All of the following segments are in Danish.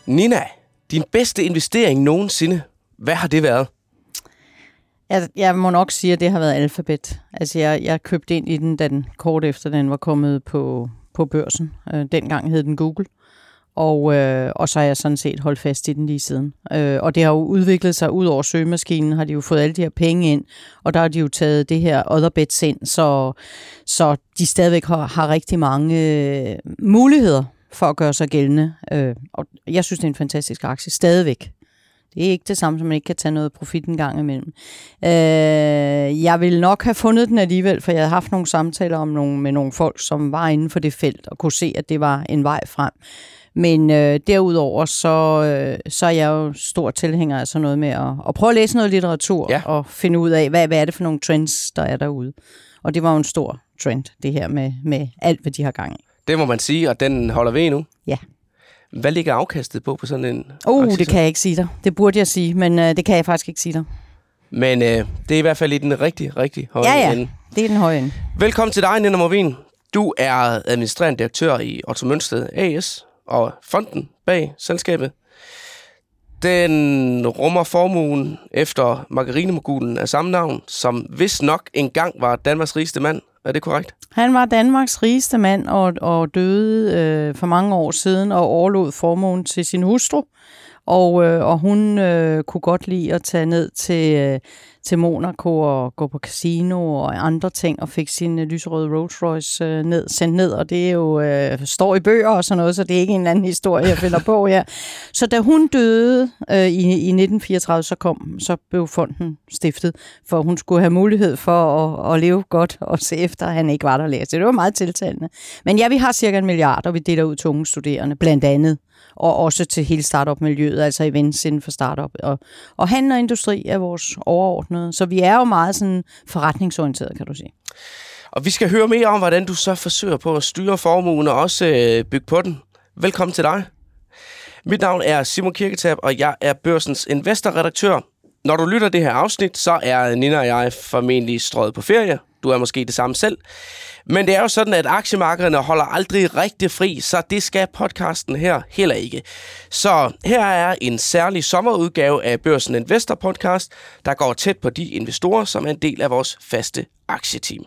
Nina, din bedste investering nogensinde, hvad har det været? Jeg må nok sige, at det har været Alphabet. Altså, jeg købte ind i den kort efter den var kommet på børsen. Dengang hed den Google. Og så har jeg sådan set holdt fast i den lige siden. Og det har jo udviklet sig ud over søgemaskinen, har de jo fået alle de her penge ind, og der har de jo taget det her other bets ind, så de stadigvæk har rigtig mange muligheder for at gøre sig gældende. Og jeg synes, det er en fantastisk aktie. Stadigvæk. Det er ikke det samme, som man ikke kan tage noget profit en gang imellem. Jeg ville nok have fundet den alligevel, for jeg havde haft nogle samtaler med nogle folk, som var inden for det felt, og kunne se, at det var en vej frem. Men derudover, så er jeg jo stor tilhænger af sådan noget med at prøve at læse noget litteratur, og finde ud af, hvad er det for nogle trends, der er derude. Og det var jo en stor trend, det her med alt, hvad de har gang i. Det må man sige, og den holder ved nu. Ja. Hvad ligger afkastet på sådan en aktie? Det kan jeg ikke sige dig. Det burde jeg sige, men det kan jeg faktisk ikke sige dig. Men det er i hvert fald i den rigtig høje ende. Det er den høje ende. Velkommen til dig, Nina Movin. Du er administrerende direktør i Otto Mønsted AS og fonden bag selskabet. Den rummer formuen efter margarinemogulen af samme navn, som vist nok engang var Danmarks rigeste mand. Er det korrekt? Han var Danmarks rigeste mand og døde for mange år siden og overlod formuen til sin hustru. Og hun kunne godt lide at tage ned til Monaco og gå på casino og andre ting, og fik sin lyserøde Rolls Royce sendt ned, og det er jo står i bøger og sådan noget, så det er ikke en eller anden historie, jeg finder på her. Så da hun døde i 1934, så blev fonden stiftet, for hun skulle have mulighed for at leve godt og se efter, at han ikke var der lærer. Så det var meget tiltalende. Men ja, vi har cirka 1 milliard, og vi deler ud til unge studerende, blandt andet. Og også til hele startup-miljøet, altså events inden for startup. Og handel og industri er vores overordnede. Så vi er jo meget sådan forretningsorienteret, kan du sige. Og vi skal høre mere om, hvordan du så forsøger på at styre formuen og også bygge på den. Velkommen til dig. Mit navn er Simon Kirketab, og jeg er Børsens investorredaktør. Når du lytter det her afsnit, så er Nina og jeg formentlig strøget på ferie. Du er måske det samme selv. Men det er jo sådan, at aktiemarkederne holder aldrig rigtig fri, så det skal podcasten her heller ikke. Så her er en særlig sommerudgave af Børsen Investor Podcast, der går tæt på de investorer, som er en del af vores faste aktieteam.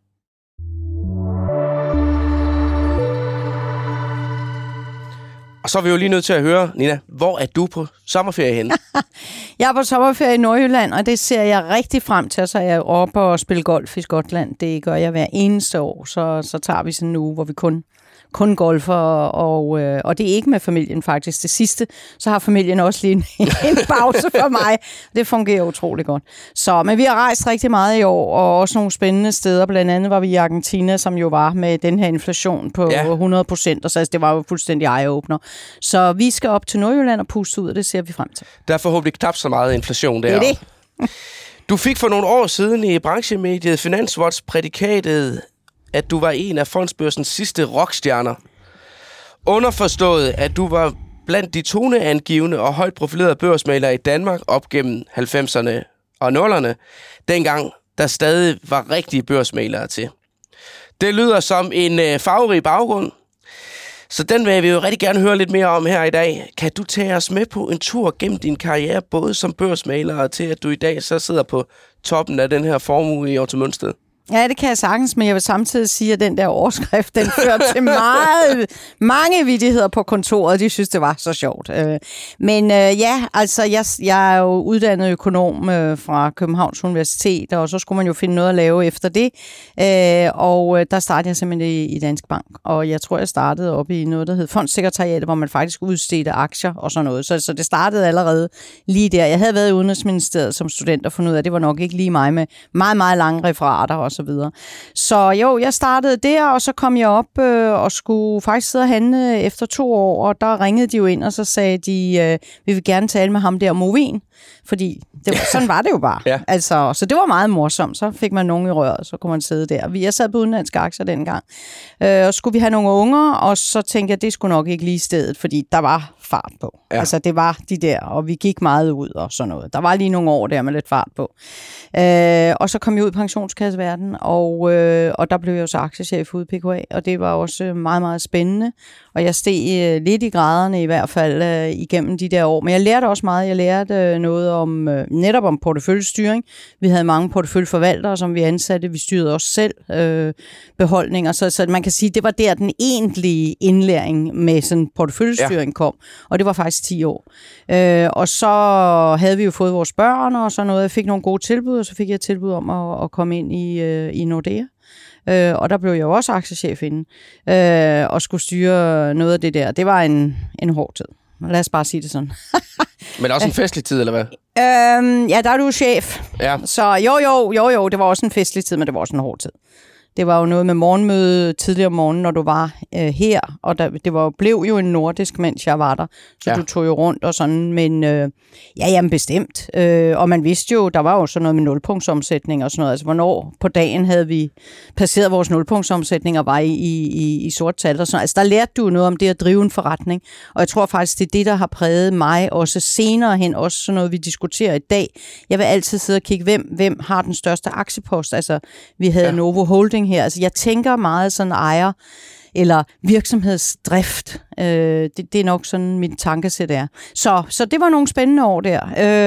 Og så er vi jo lige nødt til at høre, Nina, hvor er du på sommerferie henne? Jeg er på sommerferie i Nordjylland, og det ser jeg rigtig frem til. Så er jeg oppe og spille golf i Skotland. Det gør jeg hver eneste år. Så tager vi sådan en uge, hvor vi kun golfer, og det er ikke med familien faktisk. Det sidste, så har familien også lige en pause for mig. Det fungerer utrolig godt. Men vi har rejst rigtig meget i år, og også nogle spændende steder. Blandt andet var vi i Argentina, som jo var med den her inflation på 100%, og så det var jo fuldstændig eye-opener. Så vi skal op til Nordjylland og puste ud, og det ser vi frem til. Der er forhåbentlig knap så meget inflation der. Det er det. Du fik for nogle år siden i branchemediet Finanswatch prædikatet, at du var en af fondsbørsens sidste rockstjerner. Underforstået, at du var blandt de toneangivende og højt profilerede børsmælere i Danmark op gennem 90'erne og 0'erne, dengang der stadig var rigtige børsmælere til. Det lyder som en farverig baggrund, så den vil vi jo rigtig gerne høre lidt mere om her i dag. Kan du tage os med på en tur gennem din karriere, både som børsmægler og til, at du i dag så sidder på toppen af den her formue i Otto Mønsted? Ja, det kan jeg sagtens, men jeg vil samtidig sige, at den der overskrift, den førte til mange vittigheder på kontoret. De synes, det var så sjovt. Men altså, jeg er jo uddannet økonom fra Københavns Universitet, og så skulle man jo finde noget at lave efter det. Og der startede jeg simpelthen i Dansk Bank, og jeg tror, jeg startede op i noget, der hed Fondssekretariatet, hvor man faktisk udstedte aktier og sådan noget. Så det startede allerede lige der. Jeg havde været i Udenrigsministeriet som student og fundet ud af, at det var nok ikke lige mig med meget, meget lange referater og så videre. Så jo, jeg startede der, og så kom jeg op og skulle faktisk sidde og handle efter 2 år, og der ringede de jo ind, og så sagde de, vi vil gerne tale med ham der Movin, fordi sådan var det jo bare. Ja. Altså, så det var meget morsomt. Så fik man nogen i røret, så kunne man sidde der. Jeg sad på udenlandske aktier dengang, og skulle vi have nogle unger, og så tænkte jeg, det skulle nok ikke lige stedet, fordi der var fart på. Ja. Altså, det var de der, og vi gik meget ud og sådan noget. Der var lige nogle år der med lidt fart på. Og så kom jeg ud i pensionskasseverdenen Tyskland, og der blev jeg jo så aktiechef ude i PKA, og det var også meget, meget spændende. Og jeg steg lidt i graderne i hvert fald igennem de der år. Men jeg lærte også meget. Jeg lærte noget om netop om porteføljestyring. Vi havde mange porteføljeforvaltere, som vi ansatte. Vi styrede også selv beholdninger. Så man kan sige, det var der den egentlige indlæring med sådan porteføljestyring kom. Og det var faktisk 10 år. Og så havde vi jo fået vores børn og sådan noget. Jeg fik nogle gode tilbud, og så fik jeg et tilbud om at komme ind i Nordea. Og der blev jeg jo også aktiechef inden, og skulle styre noget af det der. Det var en hård tid. Lad os bare sige det sådan. Men også en festlig tid, eller hvad? Ja, der er du chef. Ja. Så jo, det var også en festlig tid, men det var også en hård tid. Det var jo noget med morgenmøde tidligere om morgenen, når du var her, og blev jo en nordisk, mens jeg var der, så du tog jo rundt og sådan, men jamen bestemt. Og man vidste jo, der var jo sådan noget med nulpunktsomsætning og sådan noget, altså hvornår på dagen havde vi passeret vores nulpunktsomsætning og var i sort tal og sådan noget. Altså der lærte du noget om det at drive en forretning, og jeg tror faktisk, det er det, der har præget mig også senere hen, også sådan noget, vi diskuterer i dag. Jeg vil altid sidde og kigge, hvem har den største aktiepost, altså vi havde Novo Holding her. Altså, jeg tænker meget sådan ejer eller virksomhedsdrift. Det er nok sådan, mit tankesæt er. Så det var nogle spændende år der.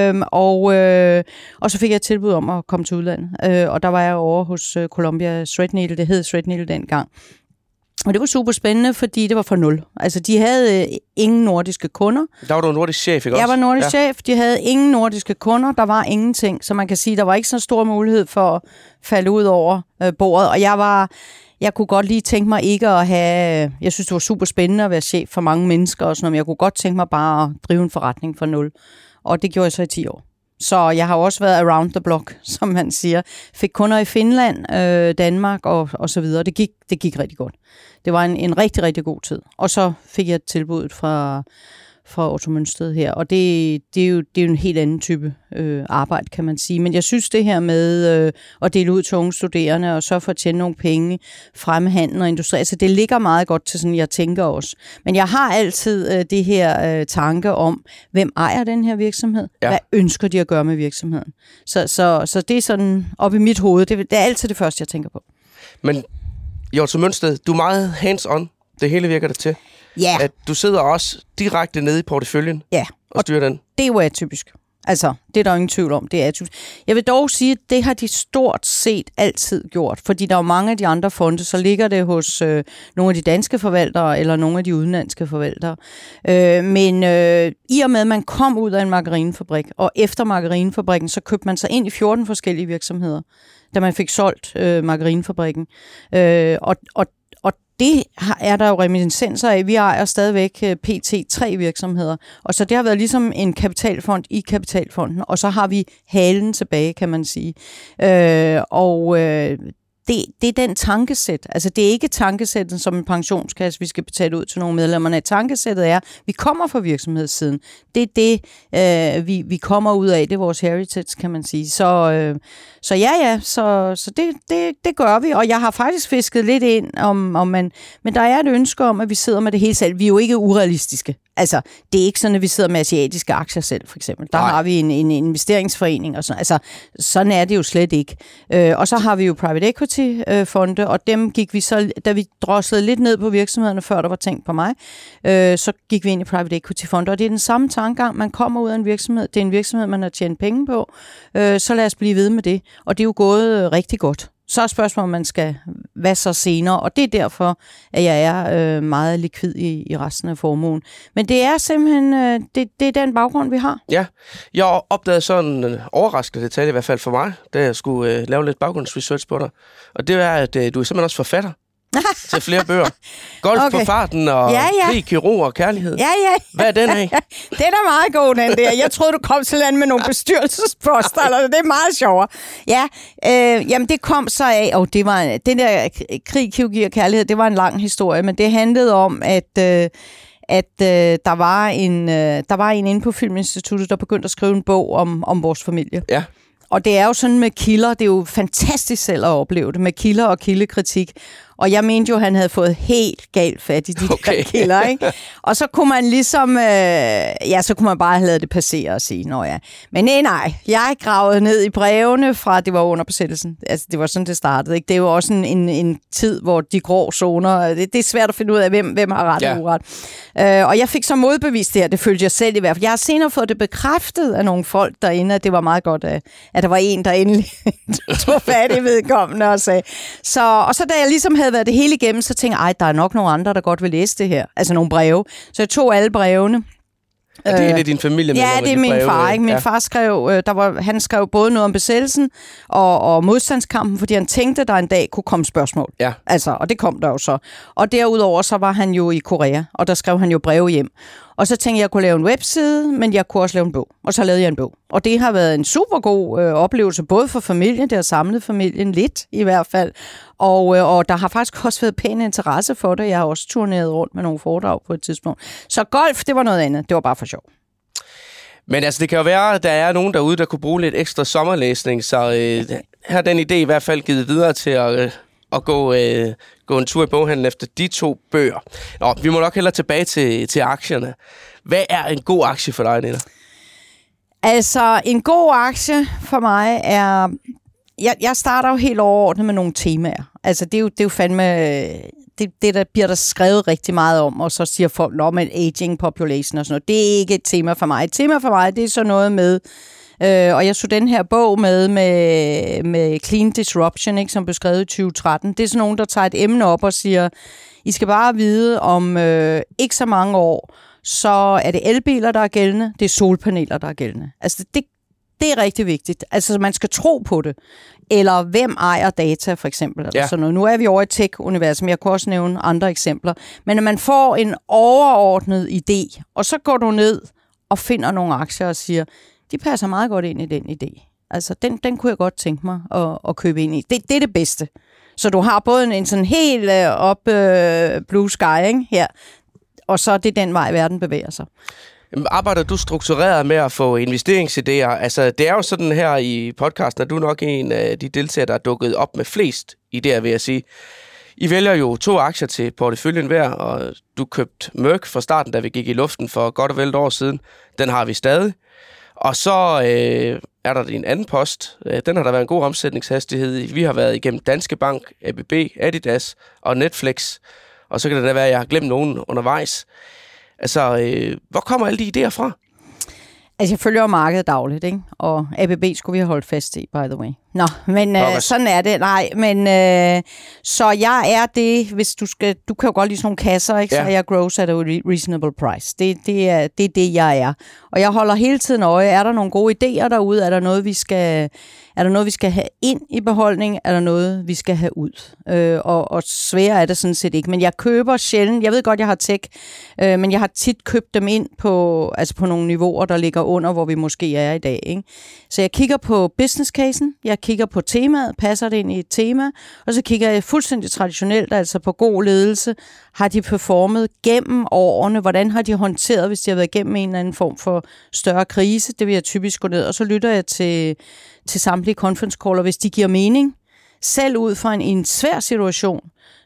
Og så fik jeg et tilbud om at komme til udlandet. Og der var jeg over hos Columbia Threadneedle. Det hed Threadneedle dengang. Og det var super spændende, fordi det var for nul. Altså, de havde ingen nordiske kunder. Der var du nordisk chef, ikke også? Jeg var nordisk chef. De havde ingen nordiske kunder. Der var ingenting. Så man kan sige, der var ikke så stor mulighed for at falde ud over bordet. Og jeg kunne godt lige tænke mig ikke at have... Jeg synes, det var super spændende at være chef for mange mennesker og sådan noget, men jeg kunne godt tænke mig bare at drive en forretning for nul. Og det gjorde jeg så i 10 år. Så jeg har også været around the block, som man siger. Fik kunder i Finland, Danmark og så videre. Det gik rigtig godt. Det var en rigtig, rigtig god tid. Og så fik jeg tilbuddet fra Otto Mønsted her. Og det er jo en helt anden type arbejde, kan man sige. Men jeg synes det her med at dele ud til unge studerende og så for at tjene nogle penge, fremme handel og industri, altså det ligger meget godt til sådan, jeg tænker også. Men jeg har altid det her tanke om, hvem ejer den her virksomhed? Ja. Hvad ønsker de at gøre med virksomheden? Så det er sådan op i mit hoved. Det er altid det første, jeg tænker på. Men Otto Mønsted, du er meget hands-on. Det hele virker det til. Ja. At du sidder også direkte nede i porteføljen og styrer den. Det er jo atypisk. Altså, det er der ingen tvivl om, det er atypisk. Jeg vil dog sige, at det har de stort set altid gjort, fordi der er jo mange af de andre fonde, så ligger det hos nogle af de danske forvaltere eller nogle af de udenlandske forvaltere. Men i og med, at man kom ud af en margarinefabrik, og efter margarinefabrikken, så købte man sig ind i 14 forskellige virksomheder, da man fik solgt margarinefabrikken. Og det er der jo reminiscenser af. Vi ejer stadigvæk PT 3 virksomheder. Og så det har været ligesom en kapitalfond i kapitalfonden. Og så har vi halen tilbage, kan man sige. Det er den tankesæt. Altså, det er ikke tankesætten som en pensionskasse, vi skal betale ud til nogle medlemmer. Nej, tankesættet er, vi kommer fra virksomhedssiden. Det er det, vi kommer ud af. Det er vores heritage, kan man sige. Så det gør vi. Og jeg har faktisk fisket lidt ind, men der er et ønske om, at vi sidder med det hele selv. Vi er jo ikke urealistiske. Altså, det er ikke sådan, at vi sidder med asiatiske aktier selv, for eksempel. Der har vi en investeringsforening og sådan. Altså, sådan er det jo slet ikke. Og så har vi jo private equity-fonde, og dem gik vi så, da vi droslede lidt ned på virksomhederne, før der var tænkt på mig, så gik vi ind i private equity-fonde. Og det er den samme tankegang, man kommer ud af en virksomhed. Det er en virksomhed, man har tjent penge på. Så lad os blive ved med det. Og det er jo gået rigtig godt. Så er spørgsmålet, om man skal hvad så senere, og det er derfor, at jeg er meget likvid i resten af formuen. Men det er simpelthen, det er den baggrund, vi har. Ja, jeg opdagede sådan en overraskende detalje, i hvert fald for mig, da jeg skulle lave lidt baggrundsresearch på dig. Og det er, at du er simpelthen også forfatter til flere bøger. Golf på farten og krig, kirurg og kærlighed. Ja. Hvad er den af? Det er da meget god, den der. Jeg troede, du kom til land med nogle bestyrelsesposter. Eller, det er meget sjovere. Ja, jamen det kom så af, og det var den der krig, kirurgi og kærlighed, det var en lang historie, men det handlede om, at der var en inde på Filminstituttet, der begyndte at skrive en bog om vores familie. Ja. Og det er jo sådan med kilder, det er jo fantastisk selv at opleve det, med kilder og kildekritik. Og jeg mente jo, at han havde fået helt galt fat i de der kilder, ikke? Og så kunne man ligesom, så kunne man bare have ladet det passere og sige, nå ja. Men nej, jeg gravede ned i brevene fra, det var under besættelsen. Altså, det var sådan, det startede, ikke? Det er jo også en tid, hvor de grå zoner, det er svært at finde ud af, hvem har ret og uret. Og jeg fik så modbevist det her, det følte jeg selv i hvert fald. Jeg har senere fået det bekræftet af nogle folk derinde, at det var meget godt, at der var en, der endelig tog fat i vedkommende og sagde. Og så da jeg ligesom havde været det hele igennem, så tænkte jeg, der er nok nogle andre, der godt vil læse det her. Altså nogle breve. Så jeg tog alle brevene. Er det en af dine familiemedlemmer? Ja, det er min far, ikke? Min far skrev, han skrev både noget om besættelsen og modstandskampen, fordi han tænkte, at der en dag kunne komme spørgsmål. Ja. Altså, og det kom der jo så. Og derudover så var han jo i Korea, og der skrev han jo breve hjem. Og så tænkte jeg, at jeg kunne lave en webside, men jeg kunne også lave en bog. Og så lavede jeg en bog. Og det har været en super god oplevelse, både for familien, det har samlet familien lidt i hvert fald. Og der har faktisk også været pæn interesse for det. Jeg har også turneret rundt med nogle foredrag på et tidspunkt. Så golf, det var noget andet. Det var bare for sjov. Men altså, det kan jo være, at der er nogen derude, der kunne bruge lidt ekstra sommerlæsning, så her er den idé i hvert fald givet videre til at gå en tur i boghandlen efter de 2 bøger. Nå, vi må nok hellere tilbage til aktierne. Hvad er en god aktie for dig, Nina? Altså, en god aktie for mig er... Jeg starter jo helt overordnet med nogle temaer. Altså, det er jo fandme... Det der bliver der skrevet rigtig meget om, og så siger folk, men aging population og sådan noget. Det er ikke et tema for mig. Et tema for mig, det er så noget med... og jeg så den her bog med Clean Disruption, ikke, som blev skrevet i 2013. Det er sådan nogen, der tager et emne op og siger, I skal bare vide om ikke så mange år, så er det elbiler, der er gældende, det er solpaneler, der er gældende. Altså det er rigtig vigtigt. Altså man skal tro på det. Eller hvem ejer data, for eksempel. Eller sådan noget. Nu er vi over i tech-universet, men jeg kunne også nævne andre eksempler. Men at man får en overordnet idé, og så går du ned og finder nogle aktier og siger, de passer meget godt ind i den idé. Altså, den kunne jeg godt tænke mig at købe ind i. Det er det bedste. Så du har både en sådan helt blue sky, ikke, her, og så er det den vej, verden bevæger sig. Arbejder du struktureret med at få investeringsidéer? Altså, det er jo sådan her i podcasten, at du er nok en af de deltagere, der er dukket op med flest idéer, vil jeg sige. I vælger jo 2 aktier til porteføljen hver, og du købte Merck fra starten, da vi gik i luften for godt og vel et år siden. Den har vi stadig. Og så er der en anden post. Den har der været en god omsætningshastighed i. Vi har været igennem Danske Bank, ABB, Adidas og Netflix. Og så kan det da være, at jeg har glemt nogen undervejs. Altså, hvor kommer alle de idéer fra? Altså, jeg følger jo markedet dagligt, ikke? Og ABB skulle vi have holdt fast i, by the way. Nå, men sådan er det. Nej, men så jeg er det, hvis du skal... Du kan jo godt lide sådan nogle kasser, ikke? Ja. Så jeg grows at a reasonable price. Det er det, jeg er. Og jeg holder hele tiden øje. Er der nogle gode idéer derude? Er der noget, vi skal have ind i beholdning? Er der noget, vi skal have ud? Og sværere er det sådan set ikke. Men jeg køber sjældent... Jeg ved godt, jeg har tech, men jeg har tit købt dem ind på nogle niveauer, der ligger under, hvor vi måske er i dag, ikke? Så jeg kigger på business casen, jeg kigger på temaet, passer det ind i et tema, og så kigger jeg fuldstændig traditionelt, altså på god ledelse. Har de performet gennem årene? Hvordan har de håndteret, hvis de har været igennem en eller anden form for større krise? Det vil jeg typisk gå ned, og så lytter jeg til samtlige conference caller, hvis de giver mening. Selv ud fra en svær situation,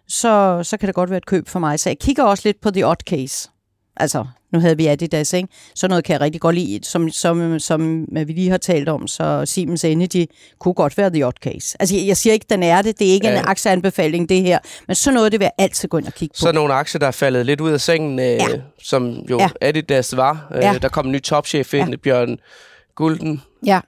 så kan det godt være et køb for mig. Så jeg kigger også lidt på the odd case. Altså, nu havde vi Adidas, ikke? Sådan noget kan jeg rigtig godt lide, som vi lige har talt om, så Siemens Energy kunne godt være the odd case. Altså, jeg siger ikke, den er det. Det er ikke en aktieanbefaling, det her. Men sådan noget, det vil jeg altid gå ind og kigge på. Så nogle aktier, der er faldet lidt ud af sengen, som jo Adidas var. Der kom en ny topchef ind, Bjørn Gulden. Ja.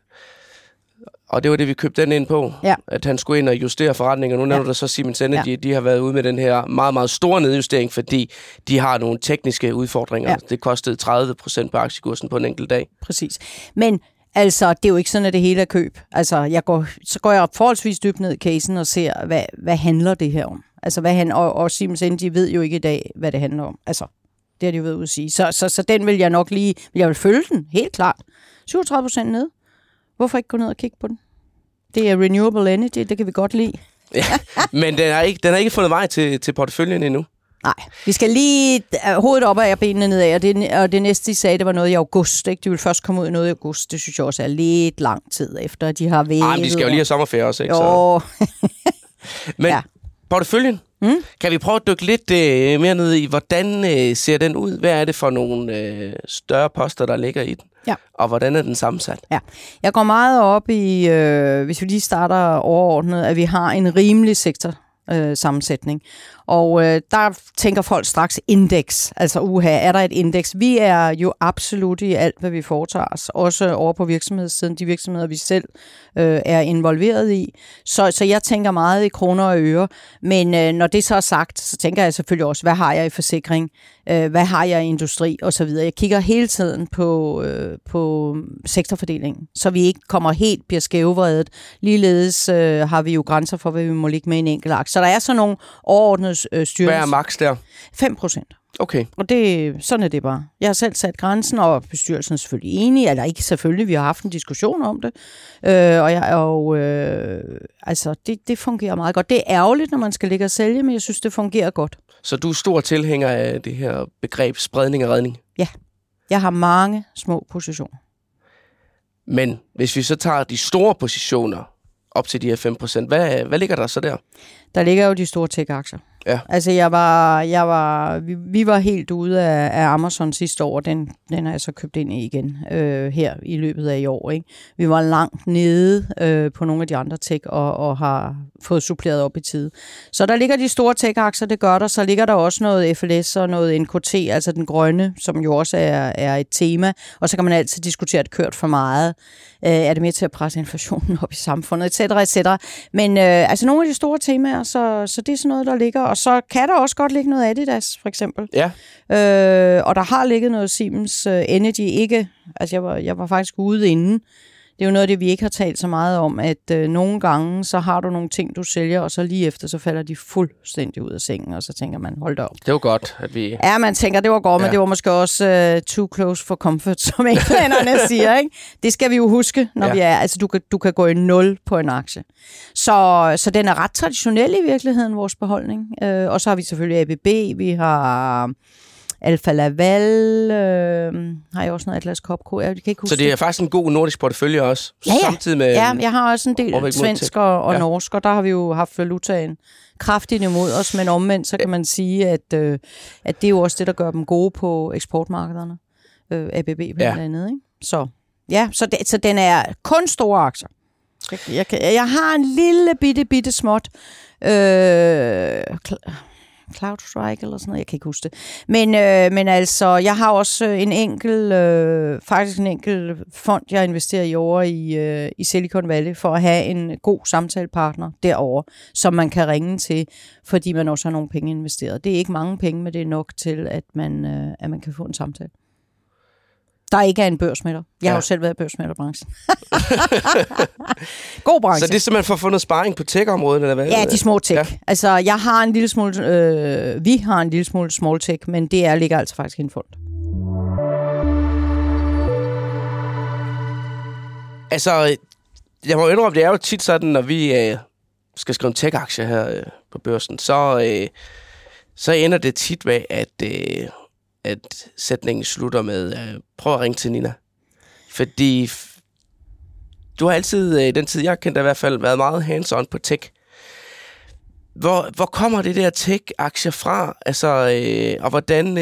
Og det var det, vi købte den ind på, at han skulle ind og justere forretninger. Nu nævner du så Siemens Energy, de har været ude med den her meget, meget store nedjustering, fordi de har nogle tekniske udfordringer. Ja. Det kostede 30% på aktiekursen på en enkelt dag. Præcis. Men altså, det er jo ikke sådan, at det hele er køb. Altså, så går jeg forholdsvis dybt ned i casen og ser, hvad handler det her om? Altså, og Siemens Energy ved jo ikke i dag, hvad det handler om. Altså, det har de jo ved at sige. Så den vil jeg nok jeg vil følge den, helt klart. 37% ned. Hvorfor ikke gå ned og kigge på den? Det er renewable energy, det kan vi godt lide. Ja, men den har ikke fundet vej til porteføljen endnu. Nej, vi skal lige hovedet op af benene nedad, og det næste, de sagde, det var noget i august. Ikke? De vil først komme ud i noget i august. Det synes jeg også er lidt lang tid efter, de har været. Nej, men de skal jo lige have sommerferie også, ikke? Jo. Men Porteføljen. Kan vi prøve at dykke lidt mere ned i, hvordan ser den ud? Hvad er det for nogle større poster, der ligger i den? Ja. Og hvordan er den sammensat? Ja. Jeg går meget op i, hvis vi lige starter overordnet, at vi har en rimelig sektorsammensætning. Og der tænker folk straks indeks. Altså er der et indeks? Vi er jo absolut i alt, hvad vi foretager os. Også over på virksomhedssiden. De virksomheder, vi selv er involveret i. Så jeg tænker meget i kroner og øre. Men når det så er sagt, så tænker jeg selvfølgelig også, hvad har jeg i forsikring? Hvad har jeg i industri? Og så videre. Jeg kigger hele tiden på sektorfordelingen, så vi ikke bliver skævvredet. Ligeledes har vi jo grænser for, hvad vi må ligge med i en enkelt aktie. Så der er sådan nogle overordnede styrelser. Hvad er max der? 5%. Okay. Og sådan er det bare. Jeg har selv sat grænsen, og bestyrelsen er selvfølgelig enig, eller ikke selvfølgelig, vi har haft en diskussion om det. Det fungerer meget godt. Det er ærgerligt, når man skal ligge og sælge, men jeg synes, det fungerer godt. Så du er stor tilhænger af det her begreb spredning og redning? Ja. Jeg har mange små positioner. Men hvis vi så tager de store positioner op til de her 5%, hvad ligger der så der? Der ligger jo de store tech-aktier. Ja. Altså, vi var helt ude af Amazon sidste år. Den har jeg så købt ind i igen her i løbet af i år. Ikke? Vi var langt nede på nogle af de andre tech og har fået suppleret op i tid. Så der ligger de store tech-aktier, det gør der. Så ligger der også noget FLS og noget NKT, altså den grønne, som jo også er et tema. Og så kan man altid diskutere, at kørt for meget. Er det med til at presse inflationen op i samfundet, etc. Men altså nogle af de store temaer, så det er sådan noget, der ligger. Og så kan der også godt ligge noget Adidas, for eksempel. Ja. Og der har ligget noget Siemens Energy. Ikke, altså jeg var faktisk ude inden. Det er jo noget af det, vi ikke har talt så meget om, at nogle gange, så har du nogle ting, du sælger, og så lige efter, så falder de fuldstændig ud af sengen, og så tænker man, hold da op. Det var godt, at vi... Ja, man tænker, det var godt, men det var måske også too close for comfort, som englænderne siger, ikke? Det skal vi jo huske, når vi er... Altså, du kan gå i 0 på en aktie. Så den er ret traditionel i virkeligheden, vores beholdning. Og så har vi selvfølgelig ABB, vi har... Alfa Laval, har jeg også noget Atlas Copco. Jeg kan ikke huske så det er faktisk en god nordisk portefølje også? Ja. Samtidig med jeg har også en del svensk og norsk, og der har vi jo haft valutaen kraftigt imod os, men omvendt, så kan man sige, at det er jo også det, der gør dem gode på eksportmarkederne. ABB blandt andet, ikke? Så den er kun store aktier. Jeg har en lille bitte småt CloudStrike eller sådan noget, jeg kan ikke huske det. Men altså, jeg har også en enkelt fond, jeg investerer i over i Silicon Valley, for at have en god samtalepartner derovre, som man kan ringe til, fordi man også har nogle penge investeret. Det er ikke mange penge, men det er nok til, at man kan få en samtale. Der ikke er en børsmætter. Jeg har jo selv været i børsmætterbranchen. God branche. Så det er simpelthen for at få noget sparring på tech-området, eller hvad? Ja, de små tech. Ja. Altså, jeg har en lille smule... vi har en lille smule small tech, men det ligger altså faktisk i en fond. Altså, jeg må indrømme, det er jo tit sådan, når vi skal skrive en tech-aktie her på børsen, så ender det tit med, at sætningen slutter med, prøv at ringe til Nina. Fordi du har altid, i den tid jeg kendte i hvert fald, været meget hands-on på tech. Hvor kommer det der tech-aktier fra? Altså, og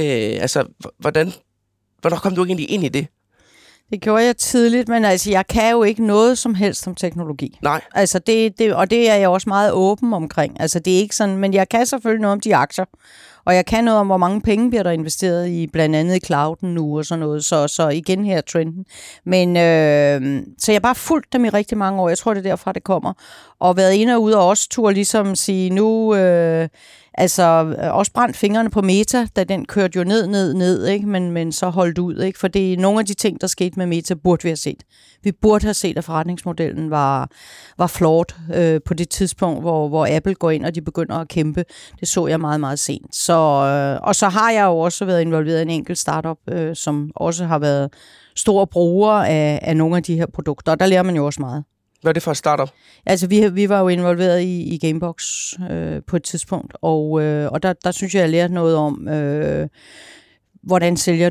hvornår kom du egentlig ind i det? Det gjorde jeg tidligt, men altså, jeg kan jo ikke noget som helst om teknologi. Nej. Altså, og det er jeg også meget åben omkring. Altså, det er ikke sådan, men jeg kan selvfølgelig noget om de aktier. Og jeg kan noget om, hvor mange penge bliver der investeret i, blandt andet i clouden nu og sådan noget. Så igen her trenden. Men så jeg har bare fulgt dem i rigtig mange år. Jeg tror, det er derfra, det kommer. Og været inde og ude og også turde ligesom sige, nu... også brændt fingrene på Meta, da den kørte jo ned, ikke? Men så holdt ud, ikke? For det er nogle af de ting, der skete med Meta, burde vi have set. Vi burde have set, at forretningsmodellen var flawed på det tidspunkt, hvor Apple går ind, og de begynder at kæmpe. Det så jeg meget, meget sent. Og så har jeg jo også været involveret i en enkelt startup, som også har været store brugere af nogle af de her produkter, og der lærer man jo også meget. Hvad er det for et startup? Altså, vi var jo involveret i Gamebox på et tidspunkt, og der synes jeg lærte noget om, hvordan sælger du?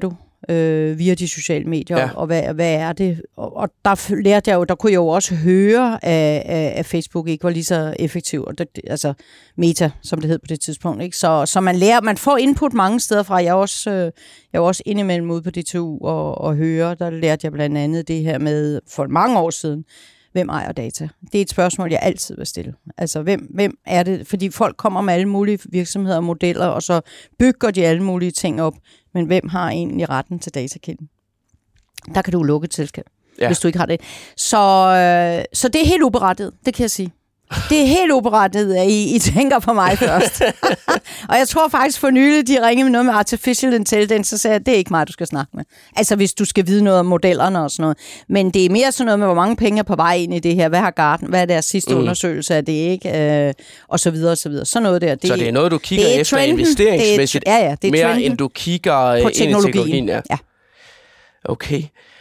via de sociale medier, og hvad er det? Og der lærte jeg jo, der kunne jeg jo også høre, at Facebook ikke var lige så effektiv, og det, altså meta, som det hed på det tidspunkt. Ikke? Så man får input mange steder fra. Jeg er også indimellem ude på DTU og høre, der lærte jeg blandt andet det her med, for mange år siden, hvem ejer data? Det er et spørgsmål, jeg altid vil stille. Altså, hvem er det? Fordi folk kommer med alle mulige virksomheder og modeller, og så bygger de alle mulige ting op. Men hvem har egentlig retten til datakilden? Der kan du lukke et selskab, hvis du ikke har det. Så det er helt uberettiget, det kan jeg sige. Det er helt uberettiget, at I tænker på mig først. Og jeg tror faktisk for nylig, de ringede med noget med artificial intelligence, så sagde jeg, det er ikke mig, du skal snakke med. Altså hvis du skal vide noget om modellerne og sådan noget. Men det er mere sådan noget med, hvor mange penge er på vej ind i det her. Hvad har Gartner? Hvad er deres sidste undersøgelse af det, ikke? Og så videre, og så videre. Så noget der. Så det er noget, du kigger efter investeringsmæssigt, det er mere trenden, end du kigger på ind i teknologien. Ja. Okay.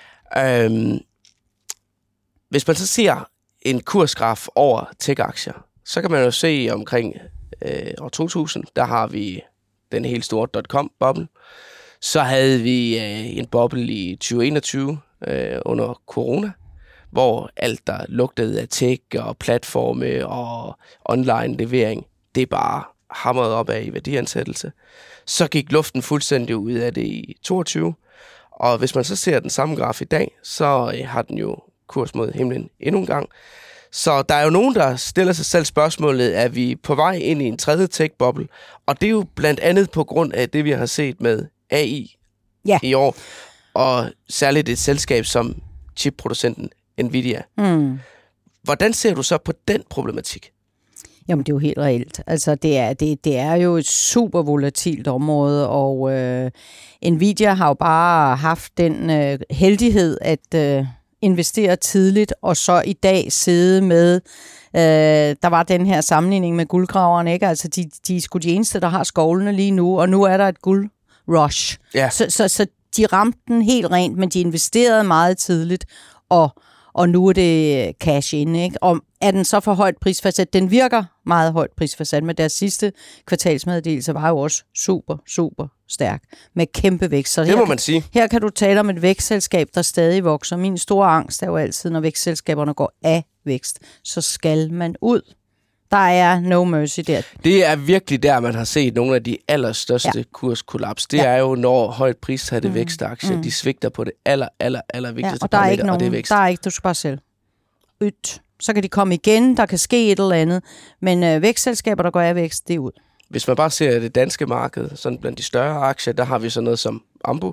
Hvis man så ser en kursgraf over tech-aktier, så kan man jo se omkring år 2000, der har vi den helt store .com-boble. Så havde vi en boble i 2021 under corona, hvor alt, der lugtede af tech og platforme og online levering, det bare hamrede op af i værdiansættelse. Så gik luften fuldstændig ud af det i 22, og hvis man så ser den samme graf i dag, så har den jo kurs mod himlen endnu en gang. Så der er jo nogen, der stiller sig selv spørgsmålet, er vi på vej ind i en tredje tech-boble? Og det er jo blandt andet på grund af det, vi har set med AI i år. Og særligt et selskab som chipproducenten Nvidia. Hvordan ser du så på den problematik? Jamen, det er jo helt reelt. Altså, det er jo et super volatilt område, og Nvidia har jo bare haft den heldighed, at investere tidligt, og så i dag sidde med, der var den her sammenligning med guldgraverne, ikke? Altså, de er sgu de eneste, der har skovlene lige nu, og nu er der et guldrush. Ja. Så de ramte den helt rent, men de investerede meget tidligt, og nu er det cash in, ikke? Og er den så for højt prisfastsat? Den virker meget højt prisfastsat, men deres sidste kvartalsmeddelelse var jo også super, super stærk, med kæmpe vækst. Så det må man sige. Her kan du tale om et vækstselskab, der stadig vokser. Min store angst er jo altid, når vækstselskaberne går af vækst, så skal man ud. Der er no mercy der. Det er virkelig der, man har set nogle af de allerstørste kurskollaps. Det er jo, når højt prissatte vækstaktier, de svigter på det aller vigtigste parameter, og det er vækst. Der er ikke, du skal bare selv. Så kan de komme igen, der kan ske et eller andet, men vækstselskaber, der går af vækst, det er ud. Hvis man bare ser det danske marked, sådan blandt de større aktier, der har vi sådan noget som Ambu,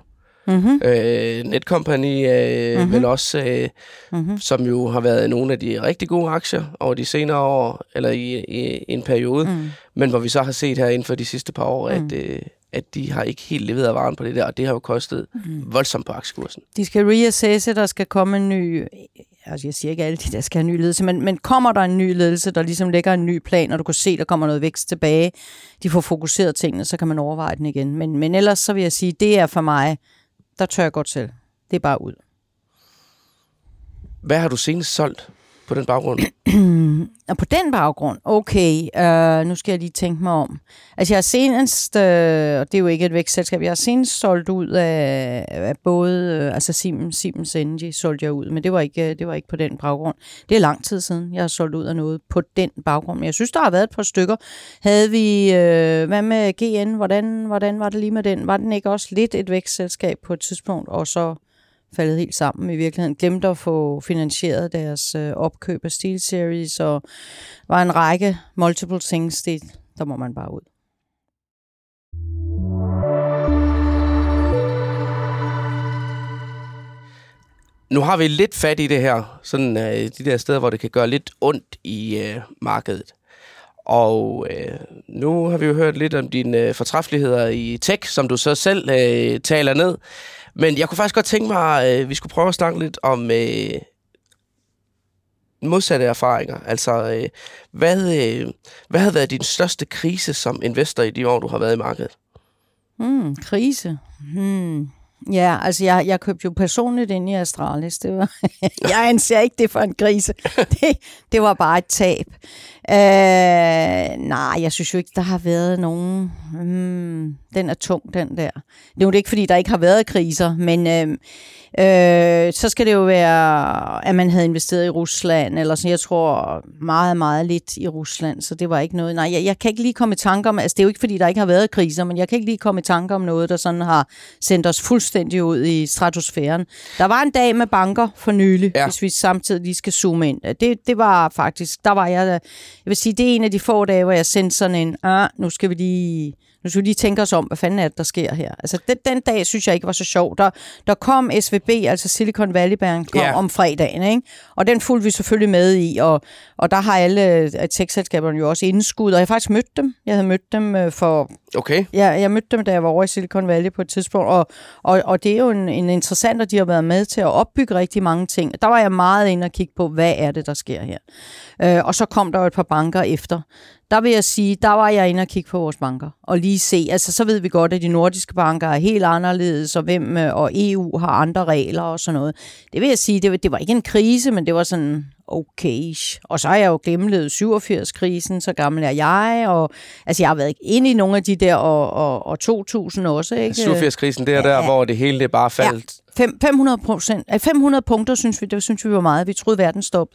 Netcompany, men også, som jo har været nogle af de rigtig gode aktier over de senere år, eller i en periode, men hvor vi så har set her inden for de sidste par år, at de har ikke helt leveret varen på det der, og det har jo kostet voldsomt på aktiekursen. De skal reassesse, der skal komme en ny, altså jeg siger ikke alle de der skal have en ny ledelse, men kommer der en ny ledelse, der ligesom lægger en ny plan, og du kan se, der kommer noget vækst tilbage, de får fokuseret tingene, så kan man overveje den igen. Men ellers så vil jeg sige, det er for mig, der tør jeg godt selv. Det er bare ud. Hvad har du senest solgt på den baggrund? Og på den baggrund, okay, nu skal jeg lige tænke mig om. Altså jeg har senest, og det er jo ikke et vækstselskab, jeg har senest solgt ud af både, altså Siemens Energy solgte jeg ud, men det var ikke på den baggrund. Det er lang tid siden, jeg har solgt ud af noget på den baggrund. Men jeg synes, der har været et par stykker. Havde vi, hvad med GN, hvordan var det lige med den? Var den ikke også lidt et vækstselskab på et tidspunkt, og så faldet helt sammen i virkeligheden. Glemte at få finansieret deres opkøb af SteelSeries, og var en række multiple things, der må man bare ud. Nu har vi lidt fat i det her, sådan de der steder, hvor det kan gøre lidt ondt i markedet. Og nu har vi jo hørt lidt om dine fortræffeligheder i tech, som du så selv taler ned. Men jeg kunne faktisk godt tænke mig, at vi skulle prøve at snakke lidt om modsatte erfaringer. Altså, hvad har været din største krise som investor i de år, du har været i markedet? Krise? Ja, altså jeg købte jo personligt ind i Astralis. Det var, jeg anser ikke det for en krise. Det var bare et tab. Nej, jeg synes jo ikke, der har været nogen... den er tung, den der. Det er jo ikke, fordi der ikke har været kriser, men så skal det jo være, at man havde investeret i Rusland, eller sådan. Jeg tror meget, meget lidt i Rusland, så det var ikke noget... Nej, jeg kan ikke lige komme i tanke om... Altså, det er jo ikke, fordi der ikke har været kriser, men jeg kan ikke lige komme i tanke om noget, der sådan har sendt os fuldstændig ud i stratosfæren. Der var en dag med banker for nylig, hvis vi samtidig lige skal zoome ind. Det var faktisk... Der var jeg vil sige, det er en af de få dage, hvor jeg sendte sådan en... Nu skal vi lige tænke os om, hvad fanden er det, der sker her. Altså, den dag synes jeg ikke var så sjov. Der kom SVB, altså Silicon Valley Bank, om fredagen, ikke? Og den fulgte vi selvfølgelig med i, og der har alle tech-selskaberne jo også indskud, og jeg har faktisk mødt dem. Jeg havde mødt dem for... Okay. Ja, jeg mødte dem, da jeg var over i Silicon Valley på et tidspunkt, og det er jo en interessant, at de har været med til at opbygge rigtig mange ting. Der var jeg meget inde og kigge på, hvad er det, der sker her. Og så kom der jo et par banker efter. Der vil jeg sige, der var jeg inde og kigge på vores banker, og lige se, altså så ved vi godt, at de nordiske banker er helt anderledes, og EU har andre regler og sådan noget. Det vil jeg sige, det var ikke en krise, men det var sådan okay. Og så har jeg jo gennemlevet 87-krisen, så gammel er jeg, og altså jeg har været inde i nogle af de der, og 2000 også, ikke? 87-krisen, det er der, hvor det hele det bare faldt. Ja, 500 punkter, synes vi var meget. Vi troede, verden stoppede.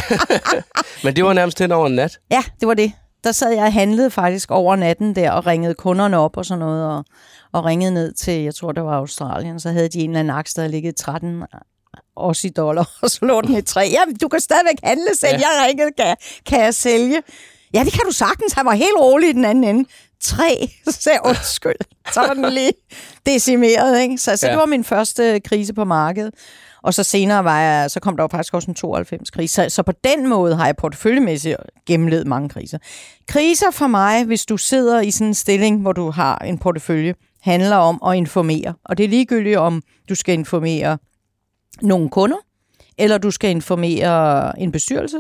Men det var nærmest hen over en nat? Ja, det var det. Der sad jeg og handlede faktisk over natten der, og ringede kunderne op og sådan noget, og ringede ned til, jeg tror det var Australien, så havde de en eller anden aktie, der havde ligget 13 $, og så lå den i 3. Jamen, du kan stadigvæk handle selv. Jeg ringede, kan jeg sælge? Ja, det kan du sagtens. Han var helt rolig i den anden ende. 3, så sagde jeg undskyld. Så var den lige decimeret, ikke? Så det var min første krise på markedet. Og så senere så kom der jo faktisk også en 92-krise. Så på den måde har jeg porteføljemæssigt gennemlevet mange kriser. Kriser for mig, hvis du sidder i sådan en stilling, hvor du har en portefølje, handler om at informere. Og det er ligegyldigt, om du skal informere nogle kunder, eller du skal informere en bestyrelse,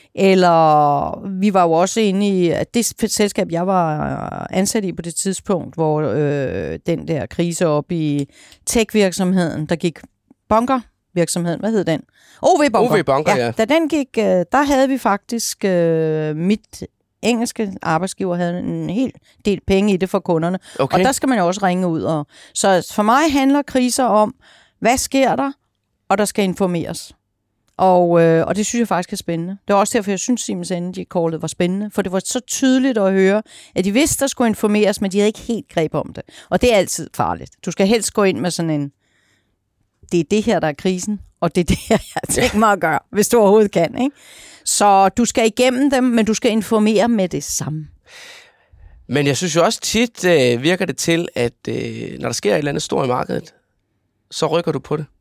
eller vi var jo også inde i, at det selskab, jeg var ansat i på det tidspunkt, hvor den der krise op i tech-virksomheden, der gik bunkervirksomheden, hvad hed den? OV Bunker, ja. Da den gik, der havde vi faktisk mit engelske arbejdsgiver havde en hel del penge i det for kunderne, og der skal man jo også ringe ud. Så for mig handler kriser om, hvad sker der, og der skal informeres. Og det synes jeg faktisk er spændende. Det var også derfor, jeg synes, Siemens Energy-callet var spændende, for det var så tydeligt at høre, at de vidste, der skulle informeres, men de havde ikke helt greb om det. Og det er altid farligt. Du skal helst gå ind med sådan en, det er det her, der er krisen, og det er det her, jeg tænker mig at gøre, hvis du overhovedet kan, ikke? Så du skal igennem dem, men du skal informere med det samme. Men jeg synes jo også tit virker det til, at når der sker et eller andet stort i markedet, så rykker du på det.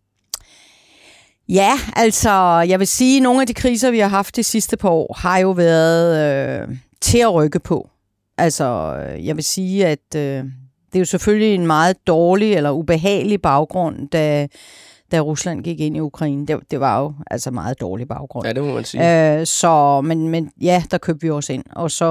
Ja, altså jeg vil sige, at nogle af de kriser, vi har haft de sidste par år, har jo været til at rykke på. Altså jeg vil sige, at det er jo selvfølgelig en meget dårlig eller ubehagelig baggrund, da Rusland gik ind i Ukraine. Det var jo altså meget dårlig baggrund. Ja, det må man sige. Men ja, der købte vi også ind,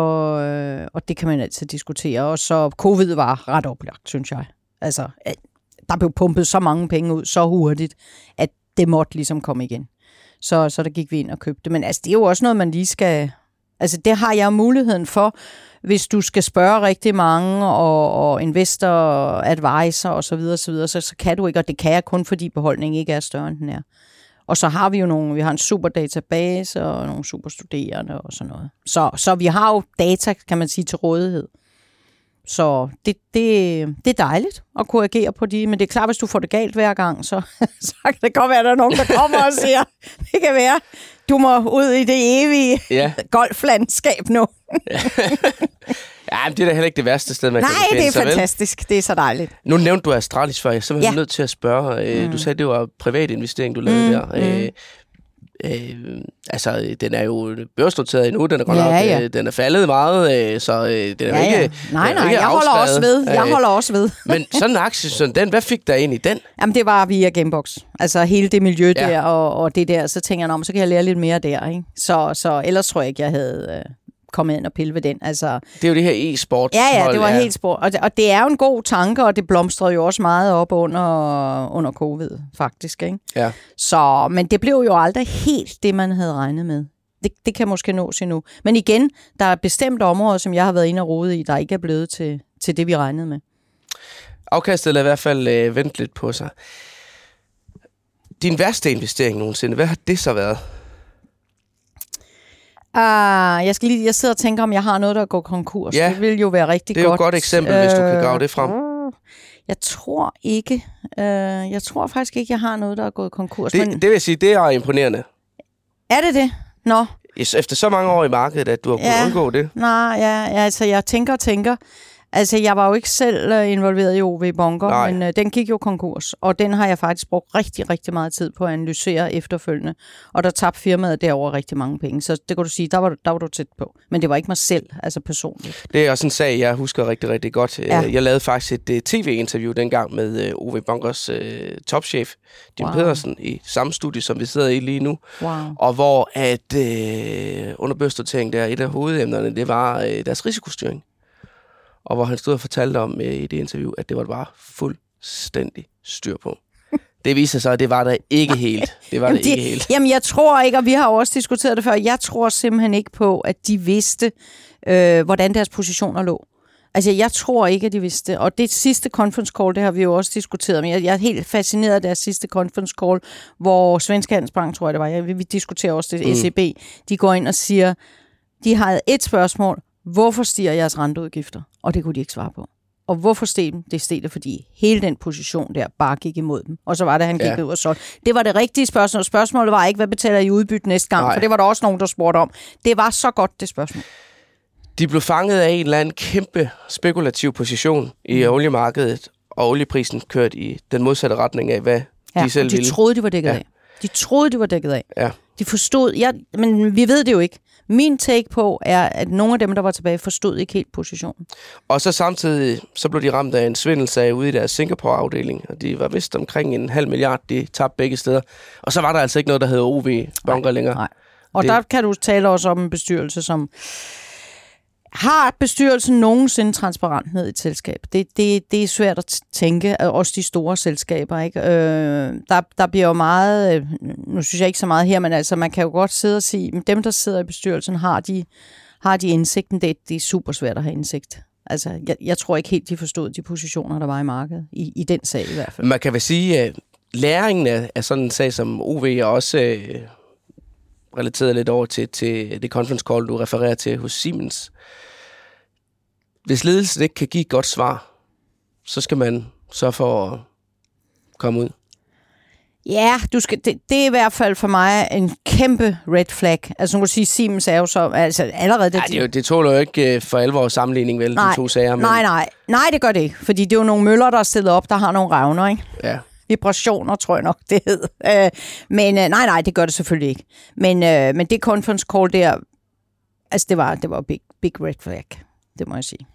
og det kan man altid diskutere. Og så covid var ret oplagt, synes jeg. Altså, der blev pumpet så mange penge ud så hurtigt, at det måtte ligesom komme igen. Så der gik vi ind og købte. Men altså, det er jo også noget, man lige skal... Altså, det har jeg muligheden for, hvis du skal spørge rigtig mange, og investor, advisor osv., så kan du ikke, og det kan jeg kun, fordi beholdningen ikke er større, end den er. Og så har vi jo vi har en super database, og nogle super studerende og sådan noget. Så vi har jo data, kan man sige, til rådighed. Så det er dejligt at kunne agere på de, men det er klart, hvis du får det galt hver gang, så kan det godt være, at der er nogen, der kommer og siger, det kan være, du må ud i det evige golflandskab nu. Ja, men det er da heller ikke det værste sted, man kan finde. Nej, det er fantastisk. Det er så dejligt. Nu nævnte du Astralis før, jeg er simpelthen nødt til at spørge. Du sagde, det var privat investering, du lavede der. Altså, den er jo børsnoteret endnu, den er godt nok, den er faldet meget, så den er ikke Nej, jeg holder også ved. Men sådan en aktie, sådan den, hvad fik der ind i den? Jamen, det var via Gamebox. Altså, hele det miljø der, og det der, så tænker jeg, så kan jeg lære lidt mere der, ikke? Så ellers tror jeg ikke, jeg havde... komme ind og pille ved den. Altså, det er jo det her e-sport. Ja, det var helt sport. Og det er jo en god tanke, og det blomstrede jo også meget op under covid, faktisk. Ikke? Ja. Men det blev jo aldrig helt det, man havde regnet med. Det kan måske nås endnu. Men igen, der er bestemt områder, som jeg har været inde og rode i, der ikke er blevet til det, vi regnede med. Afkastet lader i hvert fald vente lidt på sig. Din værste investering nogensinde, hvad har det så været? Jeg sidder og tænker, om jeg har noget, der går konkurs. Ja, det vil jo være rigtig godt. Det er jo et godt eksempel, hvis du kan grave det frem. Jeg tror ikke. Jeg tror faktisk ikke, jeg har noget, der er gået konkurs. Det vil sige, det er imponerende. Er det det? Nå. Efter så mange år i markedet, at du har kunnet undgå det. Nej, altså jeg tænker. Altså, jeg var jo ikke selv involveret i OV Bunker, men den gik jo konkurs, og den har jeg faktisk brugt rigtig, rigtig meget tid på at analysere efterfølgende, og der tabte firmaet derover rigtig mange penge, så det kan du sige, der var du tæt på, men det var ikke mig selv, altså personligt. Det er også en sag, jeg husker rigtig, rigtig godt. Ja. Jeg lavede faktisk et tv-interview dengang med OV Bunkers topchef, Jim Pedersen, i samme studie, som vi sidder i lige nu, og hvor at under børsnoteringen der, et af hovedemnerne, det var deres risikostyring. Og hvor han stod og fortalte om i det interview, at det var bare fuldstændig styr på. Det viser sig, at det var der ikke helt. Jamen, jeg tror ikke, og vi har også diskuteret det før, jeg tror simpelthen ikke på, at de vidste, hvordan deres positioner lå. Altså, jeg tror ikke, at de vidste. Og det sidste conference call, det har vi jo også diskuteret. Men jeg er helt fascineret af deres sidste conference call, hvor Svenska Handelsbank, tror jeg det var, vi diskuterer også det, SEB, de går ind og siger, de har et spørgsmål, hvorfor stiger jeres renteudgifter? Og det kunne de ikke svare på. Og hvorfor steg dem? Det steg det, fordi hele den position der bare gik imod dem. Og så var det, han gik ud og solgte. Det var det rigtige spørgsmål. Spørgsmålet var ikke, hvad betaler I udbytte næste gang? For det var der også nogen, der spurgte om. Det var så godt, det spørgsmål. De blev fanget af en eller anden kæmpe spekulativ position i oliemarkedet, og olieprisen kørte i den modsatte retning af, hvad de selv ville. De troede, de var dækket af. De troede, de var dækket af. Ja. De forstod, men vi ved det jo ikke. Min take på er, at nogle af dem, der var tilbage, forstod ikke helt positionen. Og så samtidig, så blev de ramt af en svindelsag ude i deres Singapore-afdeling, og de var vist omkring 0,5 milliard, de tabte begge steder. Og så var der altså ikke noget, der hed OV Bunker længere. Nej. Og der kan du tale også om en bestyrelse, som har bestyrelsen nogensinde transparent ned i et selskab? Det er svært at tænke, også de store selskaber, ikke? Der bliver jo meget, nu synes jeg ikke så meget her, men altså man kan jo godt sidde og sige, at dem, der sidder i bestyrelsen, har de indsigten. Det er super svært at have indsigt. Altså, jeg tror ikke helt, de forstod de positioner, der var i markedet, i den sag i hvert fald. Man kan vel sige, at læringen af sådan en sag som OV er også relateret lidt over til det conference call, du refererer til hos Siemens. Hvis ledelsen ikke kan give et godt svar, så skal man sørge for at komme ud. Ja, det er i hvert fald for mig en kæmpe red flag. Altså nu kan du sige, Siemens er jo så allerede... Det tåler jo ikke for alvor sammenligning, vel, de to sager. Men... Nej, det gør det ikke. Fordi det er jo nogle møller, der er stillet op, der har nogle revner, ikke? Ja. Vibrationer, tror jeg nok, det hed. Men nej, det gør det selvfølgelig ikke. Men det conference call der, altså det var big red flag, det må jeg sige.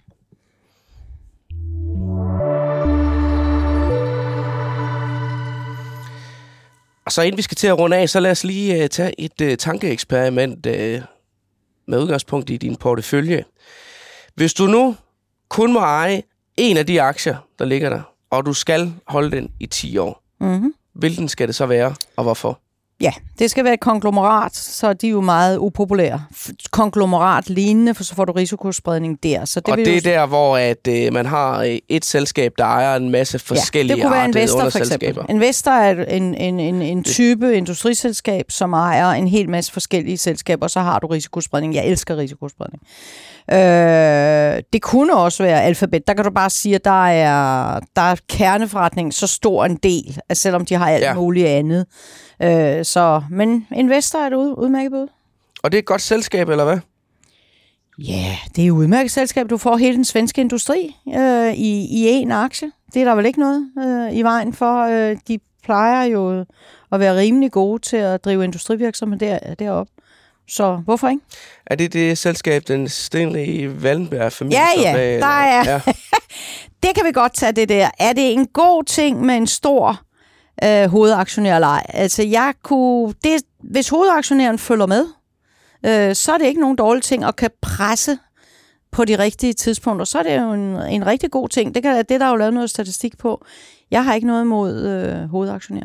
Og så inden vi skal til at runde af, så lad os lige tage et tankeeksperiment med udgangspunkt i din portefølje. Hvis du nu kun må eje en af de aktier, der ligger der, og du skal holde den i 10 år, hvilken skal det så være, og hvorfor? Ja, det skal være et konglomerat, så de er jo meget upopulære. Konglomerat lignende, for så får du risikospredning der. Så det og det er der, hvor at, man har et selskab, der ejer en masse forskellige artede underselskaber. Investor er en type industriselskab, som ejer en hel masse forskellige selskaber, og så har du risikospredning. Jeg elsker risikospredning. Det kunne også være Alphabet. Der kan du bare sige, at der er kerneforretning så stor en del, at selvom de har alt muligt andet. Men Investor er et udmærket bud. Og det er et godt selskab, eller hvad? Ja, det er et udmærket selskab. Du får hele den svenske industri i én aktie. Det er der vel ikke noget i vejen for. De plejer jo at være rimelig gode til at drive industrivirksomhed deroppe. Så hvorfor ikke? Er det selskab, den stenrige Wallenberg-familie? Ja, der er. Ja. Det kan vi godt tage det der. Er det en god ting med en stor hovedaktionær eller ej? Altså, hvis hovedaktionæren følger med, så er det ikke nogen dårlig ting at kan presse på de rigtige tidspunkter. Så er det jo en rigtig god ting. Det er der jo lavet noget statistik på. Jeg har ikke noget imod hovedaktionærer.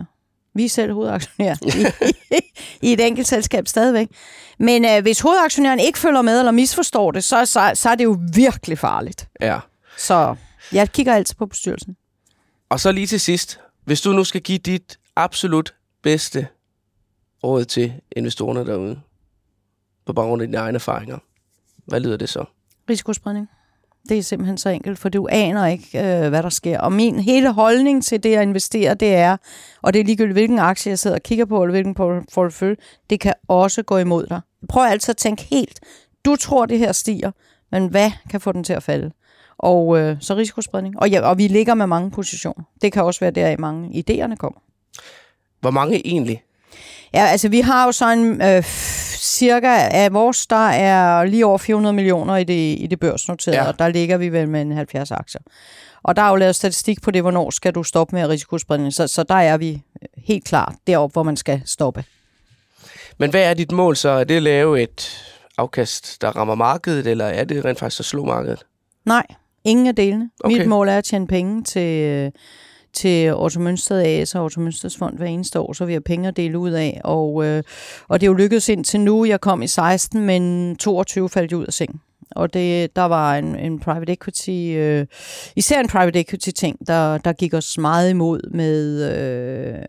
Vi er selv hovedaktionær i et enkelt selskab stadigvæk. Men hvis hovedaktionæren ikke følger med eller misforstår det, så er det jo virkelig farligt. Ja. Så jeg kigger altid på bestyrelsen. Og så lige til sidst, hvis du nu skal give dit absolut bedste råd til investorerne derude, på baggrund af dine egne erfaringer, hvad lyder det så? Risikospredning. Det er simpelthen så enkelt, for du aner ikke, hvad der sker. Og min hele holdning til det at investere, det er, og det er ligegyldigt, hvilken aktie jeg sidder og kigger på, eller hvilken portefølje, det kan også gå imod dig. Prøv altid at tænke helt, du tror, det her stiger, men hvad kan få den til at falde? Og så risikospredning. Og vi ligger med mange positioner. Det kan også være der, mange idéerne kommer. Hvor mange egentlig? Ja, altså vi har jo sådan cirka af vores, der er lige over 400 millioner i det børsnoterede, og der ligger vi vel med 70 aktier. Og der er jo lavet statistik på det, hvornår skal du stoppe med risikospredning. Så der er vi helt klart deroppe, hvor man skal stoppe. Men hvad er dit mål så? Er det at lave et afkast, der rammer markedet, eller er det rent faktisk at slå markedet? Nej, ingen af delene. Okay. Mit mål er at tjene penge til Otto Mønsted AS og Otto Mønsteds Fond hver eneste år, så vi har penge at dele ud af. Og det er jo lykkedes indtil nu. Jeg kom i 16, men 22 faldt ud af sengen. Og der var en private equity, især en private equity ting, der gik os meget imod med...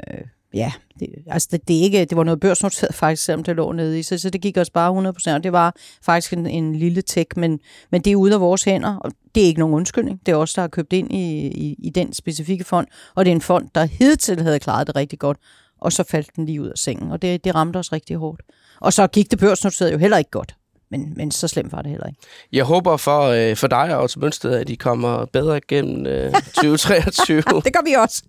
det var noget børsnoteret faktisk, selvom det lå nede i, så det gik os bare 100%, og det var faktisk en lille tech, men det er ude af vores hænder, og det er ikke nogen undskyldning. Det er os, der har købt ind i den specifikke fond, og det er en fond, der hidtil havde klaret det rigtig godt, og så faldt den lige ud af sengen, og det ramte os rigtig hårdt. Og så gik det børsnoteret jo heller ikke godt, men så slemt var det heller ikke. Jeg håber for dig og Otto Mønsted, at de kommer bedre igennem 2023. Det gør vi også.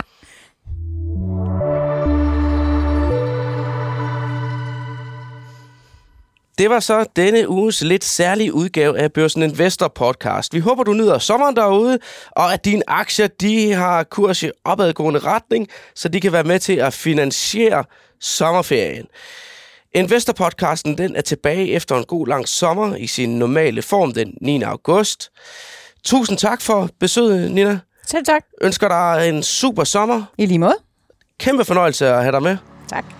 Det var så denne uges lidt særlige udgave af Børsen Investor podcast. Vi håber, du nyder sommeren derude, og at dine aktier de har kurs i opadgående retning, så de kan være med til at finansiere sommerferien. Investor-podcasten den er tilbage efter en god lang sommer i sin normale form den 9. august. Tusind tak for besøget, Nina. Selv tak. Ønsker dig en super sommer. I lige måde. Kæmpe fornøjelse at have dig med. Tak.